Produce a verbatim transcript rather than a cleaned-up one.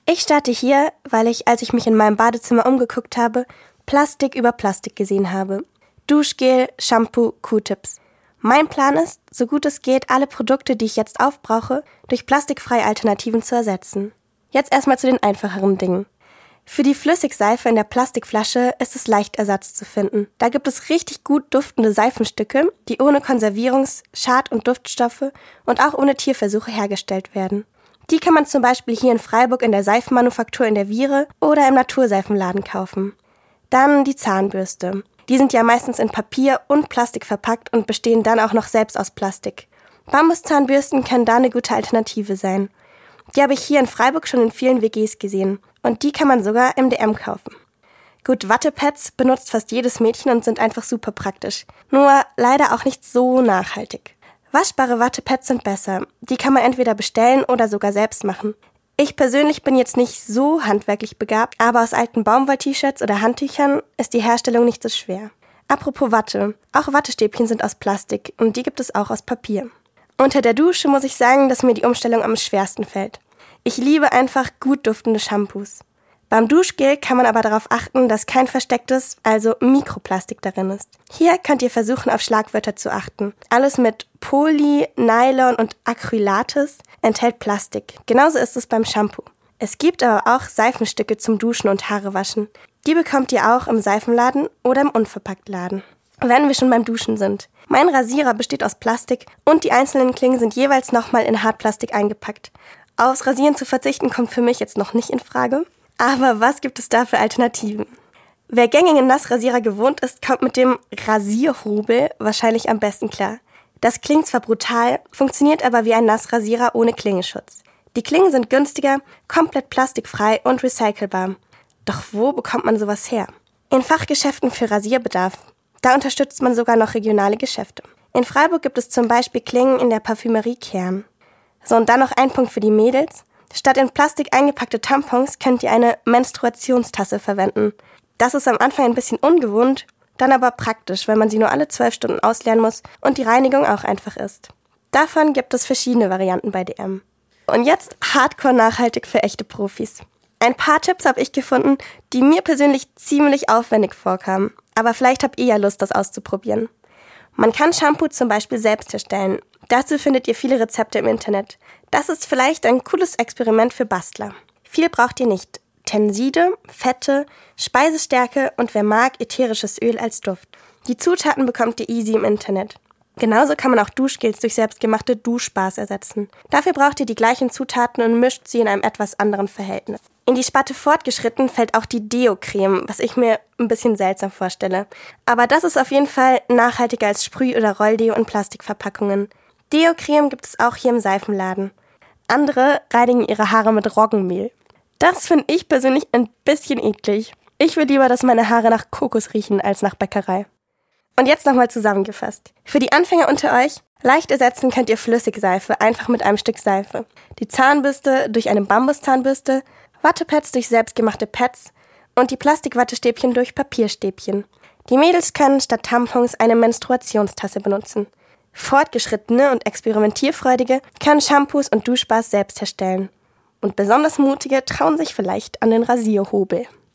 Ich starte hier, weil ich, als ich mich in meinem Badezimmer umgeguckt habe, Plastik über Plastik gesehen habe. Duschgel, Shampoo, Q-Tips. Mein Plan ist, so gut es geht, alle Produkte, die ich jetzt aufbrauche, durch plastikfreie Alternativen zu ersetzen. Jetzt erstmal zu den einfacheren Dingen. Für die Flüssigseife in der Plastikflasche ist es leicht, Ersatz zu finden. Da gibt es richtig gut duftende Seifenstücke, die ohne Konservierungs-, Schad- und Duftstoffe und auch ohne Tierversuche hergestellt werden. Die kann man zum Beispiel hier in Freiburg in der Seifenmanufaktur in der Viere oder im Naturseifenladen kaufen. Dann die Zahnbürste. Die sind ja meistens in Papier und Plastik verpackt und bestehen dann auch noch selbst aus Plastik. Bambuszahnbürsten können da eine gute Alternative sein. Die habe ich hier in Freiburg schon in vielen W Gs gesehen. Und die kann man sogar im D M kaufen. Gut, Wattepads benutzt fast jedes Mädchen und sind einfach super praktisch. Nur leider auch nicht so nachhaltig. Waschbare Wattepads sind besser. Die kann man entweder bestellen oder sogar selbst machen. Ich persönlich bin jetzt nicht so handwerklich begabt, aber aus alten Baumwoll-T-Shirts oder Handtüchern ist die Herstellung nicht so schwer. Apropos Watte. Auch Wattestäbchen sind aus Plastik und die gibt es auch aus Papier. Unter der Dusche muss ich sagen, dass mir die Umstellung am schwersten fällt. Ich liebe einfach gut duftende Shampoos. Beim Duschgel kann man aber darauf achten, dass kein verstecktes, also Mikroplastik darin ist. Hier könnt ihr versuchen, auf Schlagwörter zu achten. Alles mit Poly, Nylon und Acrylates enthält Plastik. Genauso ist es beim Shampoo. Es gibt aber auch Seifenstücke zum Duschen und Haarewaschen. Die bekommt ihr auch im Seifenladen oder im Unverpacktladen. Wenn wir schon beim Duschen sind. Mein Rasierer besteht aus Plastik und die einzelnen Klingen sind jeweils nochmal in Hartplastik eingepackt. Aufs Rasieren zu verzichten kommt für mich jetzt noch nicht in Frage. Aber was gibt es da für Alternativen? Wer gängige Nassrasierer gewohnt ist, kommt mit dem Rasierhobel wahrscheinlich am besten klar. Das klingt zwar brutal, funktioniert aber wie ein Nassrasierer ohne Klingenschutz. Die Klingen sind günstiger, komplett plastikfrei und recycelbar. Doch wo bekommt man sowas her? In Fachgeschäften für Rasierbedarf. Da unterstützt man sogar noch regionale Geschäfte. In Freiburg gibt es zum Beispiel Klingen in der Parfümerie Kern. So, und dann noch ein Punkt für die Mädels. Statt in Plastik eingepackte Tampons könnt ihr eine Menstruationstasse verwenden. Das ist am Anfang ein bisschen ungewohnt, dann aber praktisch, weil man sie nur alle zwölf Stunden ausleeren muss und die Reinigung auch einfach ist. Davon gibt es verschiedene Varianten bei D M. Und jetzt hardcore nachhaltig für echte Profis. Ein paar Tipps habe ich gefunden, die mir persönlich ziemlich aufwendig vorkamen. Aber vielleicht habt ihr ja Lust, das auszuprobieren. Man kann Shampoo zum Beispiel selbst herstellen. Dazu findet ihr viele Rezepte im Internet. Das ist vielleicht ein cooles Experiment für Bastler. Viel braucht ihr nicht. Tenside, Fette, Speisestärke und wer mag, ätherisches Öl als Duft. Die Zutaten bekommt ihr easy im Internet. Genauso kann man auch Duschgels durch selbstgemachte Duschbars ersetzen. Dafür braucht ihr die gleichen Zutaten und mischt sie in einem etwas anderen Verhältnis. In die Sparte fortgeschritten fällt auch die Deo-Creme, was ich mir ein bisschen seltsam vorstelle. Aber das ist auf jeden Fall nachhaltiger als Sprüh- oder Rolldeo in Plastikverpackungen. Deo-Creme gibt es auch hier im Seifenladen. Andere reinigen ihre Haare mit Roggenmehl. Das finde ich persönlich ein bisschen eklig. Ich will lieber, dass meine Haare nach Kokos riechen als nach Bäckerei. Und jetzt nochmal zusammengefasst. Für die Anfänger unter euch, leicht ersetzen könnt ihr Flüssigseife einfach mit einem Stück Seife. Die Zahnbürste durch eine Bambuszahnbürste, Wattepads durch selbstgemachte Pads und die Plastikwattestäbchen durch Papierstäbchen. Die Mädels können statt Tampons eine Menstruationstasse benutzen. Fortgeschrittene und Experimentierfreudige können Shampoos und Duschbars selbst herstellen. Und besonders Mutige trauen sich vielleicht an den Rasierhobel.